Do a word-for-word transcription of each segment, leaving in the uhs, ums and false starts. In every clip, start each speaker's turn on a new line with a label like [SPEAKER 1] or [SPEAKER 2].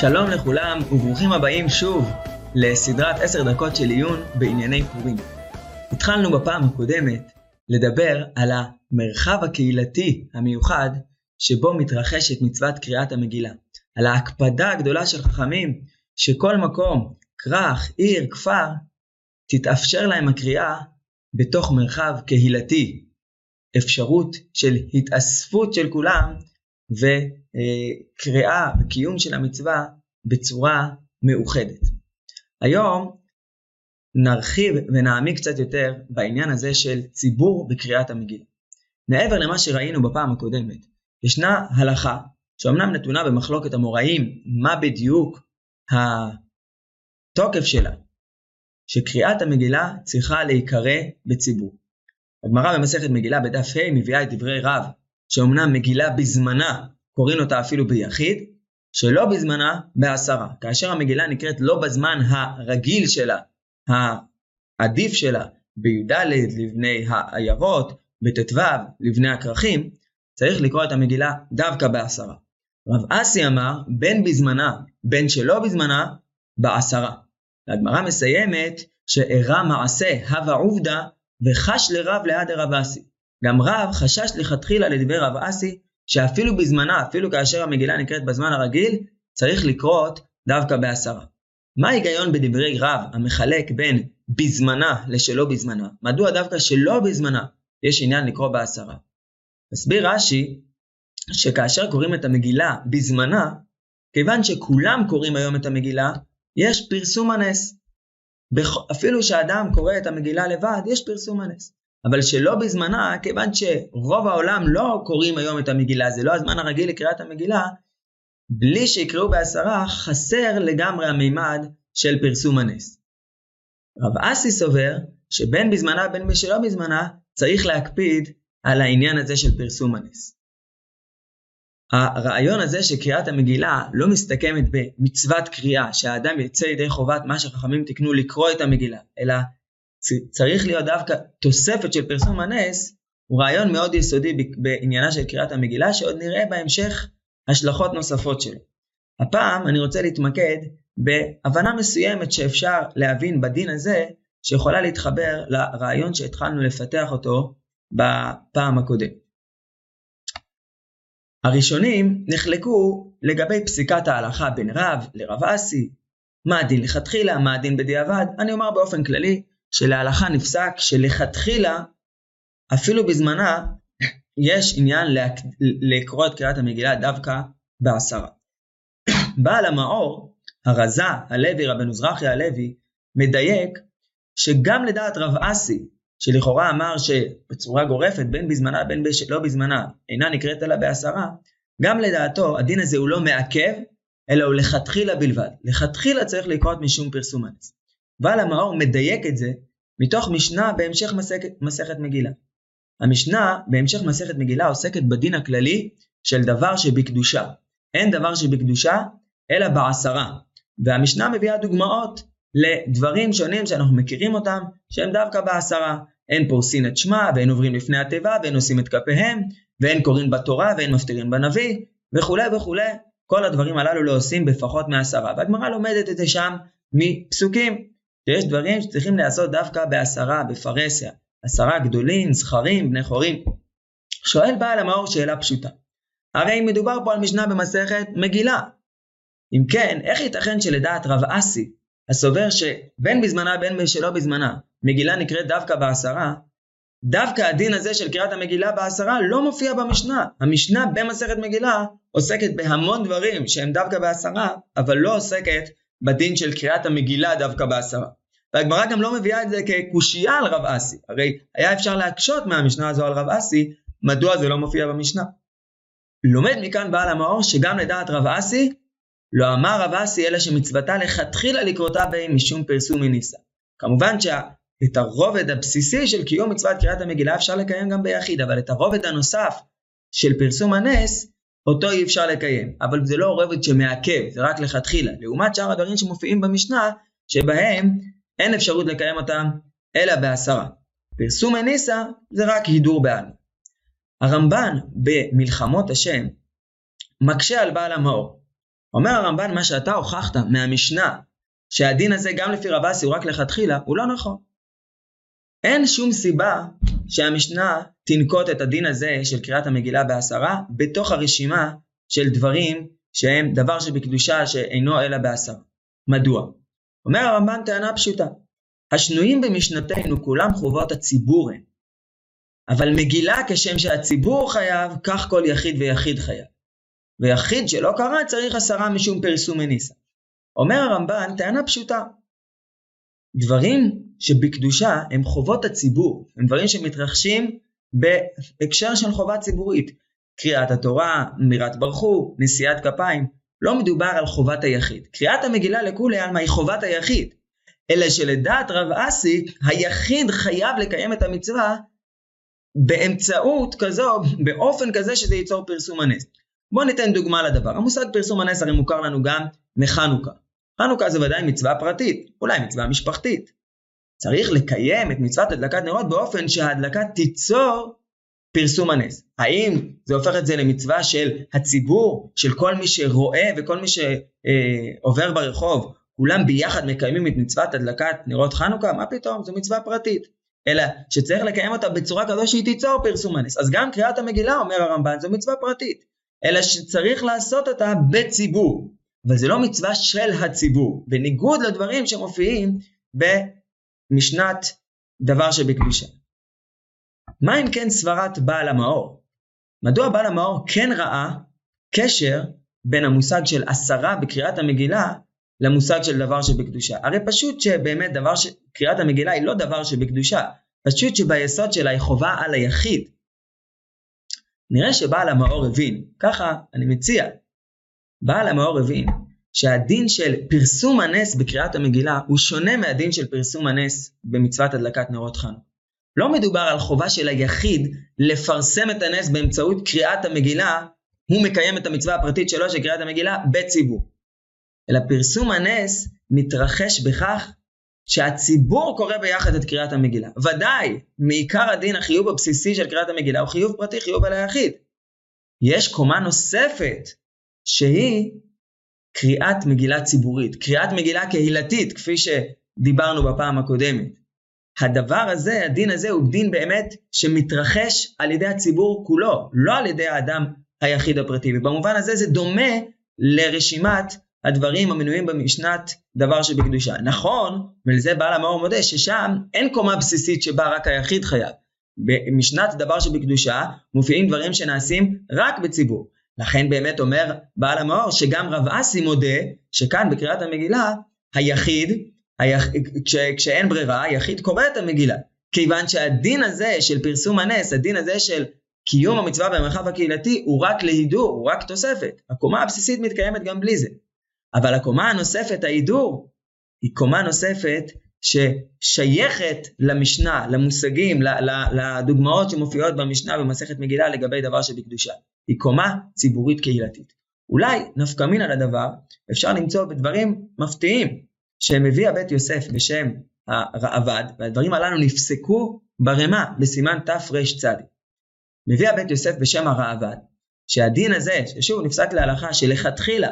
[SPEAKER 1] שלום לכולם וברוכים הבאים שוב לסדרת עשר דקות של עיון בענייני פורים. התחלנו בפעם הקודמת לדבר על המרחב הקהילתי המיוחד שבו מתרחשת מצוות קריאת המגילה, על ההקפדה הגדולה של חכמים שכל מקום, כרך, עיר, כפר, תתאפשר להם הקריאה בתוך מרחב קהילתי, אפשרות של התאספות של כולם וקריאה וקיום של המצווה בצורה מאוחדת. היום נרחיב ונעמיק קצת יותר בעניין הזה של ציבור בקריאת המגילה. מעבר למה שראינו בפעם הקודמת, ישנה הלכה שאומנם נתונה במחלוקת המוראים מה בדיוק התוקף שלה, שקריאת המגילה צריכה להיקרא בציבור. הגמרא במסכת מגילה בדף ה' מביאה את דברי רב, שאומנם מגילה בזמנה קוראים אותה אפילו ביחיד, שלא בזמנה בעשרה. כאשר המגילה נקראת לא בזמן הרגיל שלה, העדיף שלה, בי"ד לבני העיירות, בט"ו לבני הכרכים, צריך לקרוא את המגילה דווקא בעשרה. רב אסי אמר בין בזמנה, בין שלא בזמנה, בעשרה. הגמרא מסיימת שאירע מעשה הווה עובדה וחש לרב ליד רב אסי. גם רב חשש לכתחילה לדבר רב אסי, שאפילו בזמנה, אפילו כאשר המגילה נקראת בזמן הרגיל, צריך לקרות דווקא בעשרה. מה ההיגיון בדברי רב המחלק בין בזמנה לשלא בזמנה? מדוע דווקא שלא בזמנה יש עניין לקרוא בעשרה? מסביר רש"י שכאשר קוראים את המגילה בזמנה, כיוון שכולם קוראים היום את המגילה, יש פרסום הנס. אפילו שאדם קורא את המגילה לבד, יש פרסום הנס. אבל שלא בזמנה, כיוון שרוב העולם לא קוראים היום את המגילה, זה לא הזמן הרגיל לקריאת המגילה, בלי שיקראו בעשרה, חסר לגמרי המימד של פרסום הנס. רב אסי סובר שבין בזמנה בין שלא בזמנה, צריך להקפיד על העניין הזה של פרסום הנס. הרעיון הזה שקריאת המגילה לא מסתכמת במצוות קריאה, שהאדם יצא ידי חובת מה שחכמים תקנו לקרוא את המגילה, אלא צריך להיות דווקא תוספת של פרסום הנס, הוא רעיון מאוד יסודי בעניינה של קריאת המגילה, שעוד נראה בהמשך השלכות נוספות שלו. הפעם אני רוצה להתמקד בהבנה מסוימת שאפשר להבין בדין הזה, שיכולה להתחבר לרעיון שהתחלנו לפתח אותו בפעם הקודמת. הראשונים נחלקו לגבי פסיקת ההלכה בין רב לרב אסי, מה הדין לכתחילה, מה הדין בדיעבד. אני אומר באופן כללי שלהלכה נפסק שלכתחילה, אפילו בזמנה, יש עניין לקרוא את קריאת המגילה דווקא בעשרה. בעל המאור, הרזה הלוי, רבנו זרחיה הלוי, מדייק שגם לדעת רב אסי, שלכאורה אמר שבצורה גורפת בין בזמנה בין לא בזמנה אינה נקראת אלא בעשרה, גם לדעתו הדין הזה הוא לא מעכב, אלא הוא לכתחילה בלבד. לכתחילה צריך לקרות משום פרסום הנס. בעל המאור מדייק את זה מתוך משנה בהמשך מסכת, מסכת מגילה. המשנה בהמשך מסכת מגילה עוסקת בדין הכללי של דבר שבקדושה. אין דבר שבקדושה אלא בעשרה. והמשנה מביאה דוגמאות לדברים שונים שאנחנו מכירים אותם, שהם דווקא בעשרה. אין פורסין את שמה, ואין עוברים לפני התיבה, ואין עושים את כפיהם, ואין קוראים בתורה, ואין מפטירים בנביא, וכו' וכו'. כל הדברים הללו לא עושים בפחות מעשרה. והגמרא לומדת את זה שם מפסוקים, שיש דברים שצריכים לעשות דווקא בעשרה, בפרסיה. עשרה גדולים, זכרים, בני חורים. שואל בעל המאור שאלה פשוטה. הרי מדובר פה על משנה במסכת מגילה. אם כן, איך ייתכן שלדעת רב אסי, הסובר שבין בזמנה בין שלא בזמנה, מגילה נקראת דווקא בעשרה, דווקא הדין הזה של קריאת המגילה בעשרה לא מופיע במשנה. המשנה במסכת מגילה עוסקת בהמון דברים שהם דווקא בעשרה, אבל לא עוסקת בדין של קריאת המגילה דווקא בעשרה. והגמרא גם לא מביאה את זה כקושייה על רב אסי. הרי היה אפשר להקשות מהמשנה הזו על רב אסי, מדוע זה לא מופיע במשנה. לומד מכאן בעל המאור שגם לדעת רב אסי, לא אמר רב אסי אלא שמצוותה לכתחילה לקרותה בהם משום פרסום מניסה. כמובן שאת הרובד הבסיסי של קיום מצוות קריאת המגילה אפשר לקיים גם ביחיד, אבל את הרובד הנוסף של פרסום הנס, אותו אי אפשר לקיים. אבל זה לא רובד שמעכב, זה רק לכתחילה. לעומת שאר הדברים שמופיעים במשנה, שבהם אין אפשרות לקיים אותם אלא בעשרה. פרסום מניסה זה רק הידור בעלמא. הרמב"ן במלחמות השם מקשה על בעל המאור. אומר הרמב"ן, מה שאתה הוכחת מהמשנה, שהדין הזה גם לפי רב אסי הוא רק לכתחילה, הוא לא נכון. אין שום סיבה שהמשנה תנקוט את הדין הזה של קריאת המגילה בעשרה, בתוך הרשימה של דברים שהם דבר שבקדושה שאינו אלא בעשרה. מדוע? אומר הרמב"ן טענה פשוטה. השנויים במשנתנו כולם חובות הציבור הם. אבל מגילה כשם שהציבור חייב, כך כל יחיד ויחיד חייב. ויחיד שלא קרא צריך עשרה משום פרסום מניסה. אומר הרמב"ן טענה פשוטה. דברים שבקדושה הם חובות הציבור, הם דברים שמתרחשים בהקשר של חובה ציבורית. קריאת התורה, מירת ברכו, נשיאת כפיים, לא מדובר על חובת היחיד. קריאת המגילה לכולי עלמא היא חובת היחיד, אלא שלדעת רב אסי, היחיד חייב לקיים את המצווה באמצעות כזו, באופן כזה שזה ייצור פרסום הנס. בואו ניתן דוגמה לדבר. המושג פרסום הנס הרי מוכר לנו גם מחנוכה. חנוכה זה ודאי מצווה פרטית, אולי מצווה משפחתית. צריך לקיים את מצוות הדלקת נרות באופן שההדלקה תיצור פרסום הנס. האם זה הופך את זה למצווה של הציבור, של כל מי שרואה וכל מי שעובר ברחוב, כולם ביחד מקיימים את מצוות הדלקת נרות חנוכה? מה פתאום? זו מצווה פרטית. אלא שצריך לקיים אותה בצורה כזו שהיא תיצור פרסום הנס. אז גם קריאת המגילה, אומר הרמב"ן, זו מצווה פרטית. אלא שצריך לעשות אותה בציבור. אבל זה לא מצווה של הציבור, בניגוד לדברים שמופיעים במשנת דבר שבקדושה. מה אם כן סברת בעל המאור? מדוע בעל המאור כן ראה קשר בין המושג של עשרה בקריאת המגילה למושג של דבר שבקדושה? הרי פשוט שבאמת דבר ש... קריאת המגילה היא לא דבר שבקדושה, פשוט שביסוד שלה היא חובה על היחיד. נראה שבעל המאור הבין, ככה אני מציע, בעל המאור הבין שהדין של פרסום הנס בקריאת המגילה הוא שונה מהדין של פרסום הנס במצוות הדלקת נרות חנוכה. לא מדובר על חובה של היחיד לפרסם את הנס באמצעות קריאת המגילה, הוא מקיים את המצווה הפרטית שלו של קריאת המגילה בציבור. אלא פרסום הנס מתרחש בכך שהציבור קורא ביחד את קריאת המגילה. ודאי, מעיקר הדין החיוב הבסיסי של קריאת המגילה הוא חיוב פרטי, חיוב על היחיד. יש קומה נוספת שהיא קריאת מגילה ציבורית, קריאת מגילה קהילתית, כפי שדיברנו בפעם הקודמת. הדבר הזה, הדין הזה הוא דין באמת שמתרחש על ידי הציבור כולו, לא על ידי האדם היחיד הפרטי. ובמובן הזה זה דומה לרשימת הדברים המנויים במשנת דבר שבקדושה. נכון, ולזה בעל המאור מודה, ששם אין קומה בסיסית שבה רק היחיד חייב. במשנת דבר שבקדושה מופיעים דברים שנעשים רק בציבור. לכן באמת אומר בעל המאור שגם רב אסי מודה שכאן בקריאת המגילה היחיד, היח... כש... כשאין ברירה, היחיד קורא את המגילה. כיוון שהדין הזה של פרסום הנס, הדין הזה של קיום המצווה במרחב הקהילתי, הוא רק להידור, הוא רק תוספת. הקומה הבסיסית מתקיימת גם בלי זה. אבל הקומה הנוספת, ההידור, היא קומה נוספת ששייכת למשנה, למושגים, לדוגמאות שמופיעות במשנה במסכת מגילה לגבי דבר שבקדושה. היא קומה ציבורית קהילתית. אולי נפקא מינה לדבר, אפשר למצוא בדברים מפתיעים, שמביא הבית יוסף בשם הרעב"ד, והדברים הללו נפסקו ברמה בסימן תרצ"ד. מביא הבית יוסף בשם הרעב"ד, שהדין הזה, ששוב נפסק להלכה, שלכתחילה,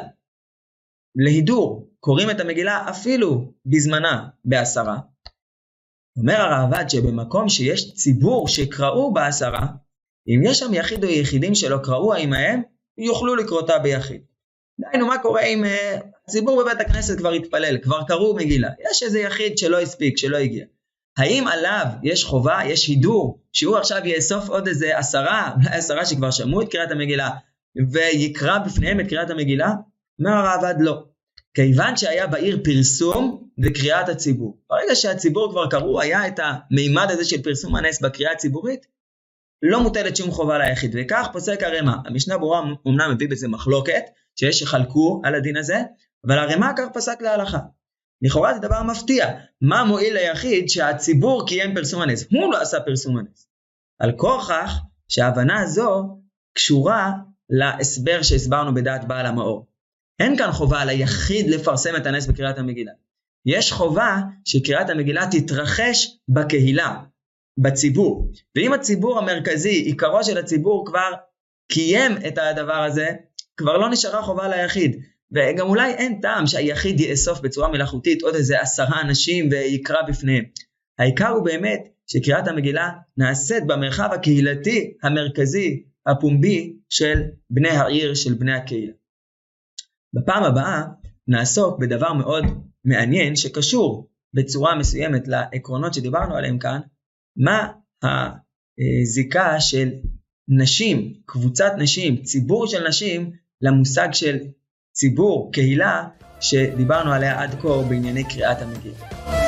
[SPEAKER 1] להידור, קוראים את המגילה אפילו בזמנה בעשרה. אומר הרעב"ד שבמקום שיש ציבור שקראו בעשרה, אם יש שם יחיד או יחידים שלא קראו עמהם, יוכלו לקרותה ביחיד. דיינו, מה קורה אם uh, הציבור בבית הכנסת כבר התפלל, כבר קראו מגילה, יש איזה יחיד שלא הספיק, שלא הגיע. האם עליו יש חובה, יש הידור, שהוא עכשיו יאסוף עוד איזה עשרה, אולי עשרה שכבר שמעו את קריאת המגילה, ויקרא בפניהם את קריאת המגילה? אומר הרעב"ד לא. כיוון שהיה בעיר פרסום וקריאת הציבור. ברגע שהציבור כבר קראו, היה את המימד הזה של פרסום הנס בקריאה הציבורית, לא מוטלת שום חובה ליחיד. וכך פוסק הרמ"א. המשנה ברורה אומנם מביא בזה מחלוקת, שיש שחלקו על הדין הזה, אבל הרמ"א כך פסק להלכה. לכאורה זה דבר מפתיע. מה מועיל ליחיד שהציבור קיים פרסום הנס? הוא לא עשה פרסום הנס. על כוכך שההבנה הזו קשורה להסבר שהסברנו בדעת בעל המאור. אין כאן חובה על היחיד לפרסם את הנס בקריאת המגילה. יש חובה שקריאת המגילה תתרחש בקהילה, בציבור. ואם הציבור המרכזי, עיקרו של הציבור כבר קיים את הדבר הזה, כבר לא נשארה חובה ליחיד. וגם אולי אין טעם שהיחיד יאסוף בצורה מלאכותית עוד איזה עשרה אנשים ויקרא בפניהם. העיקר הוא באמת שקריאת המגילה נעשית במרחב הקהילתי המרכזי הפומבי של בני העיר, של בני הקהילה. בפעם הבאה נעסוק בדבר מאוד מעניין שקשור בצורה מסוימת לעקרונות שדיברנו עליהם כאן, מה הזיקה של נשים, קבוצת נשים, ציבור של נשים, למושג של ציבור, קהילה, שדיברנו עליה עד כה בענייני קריאת המגילה.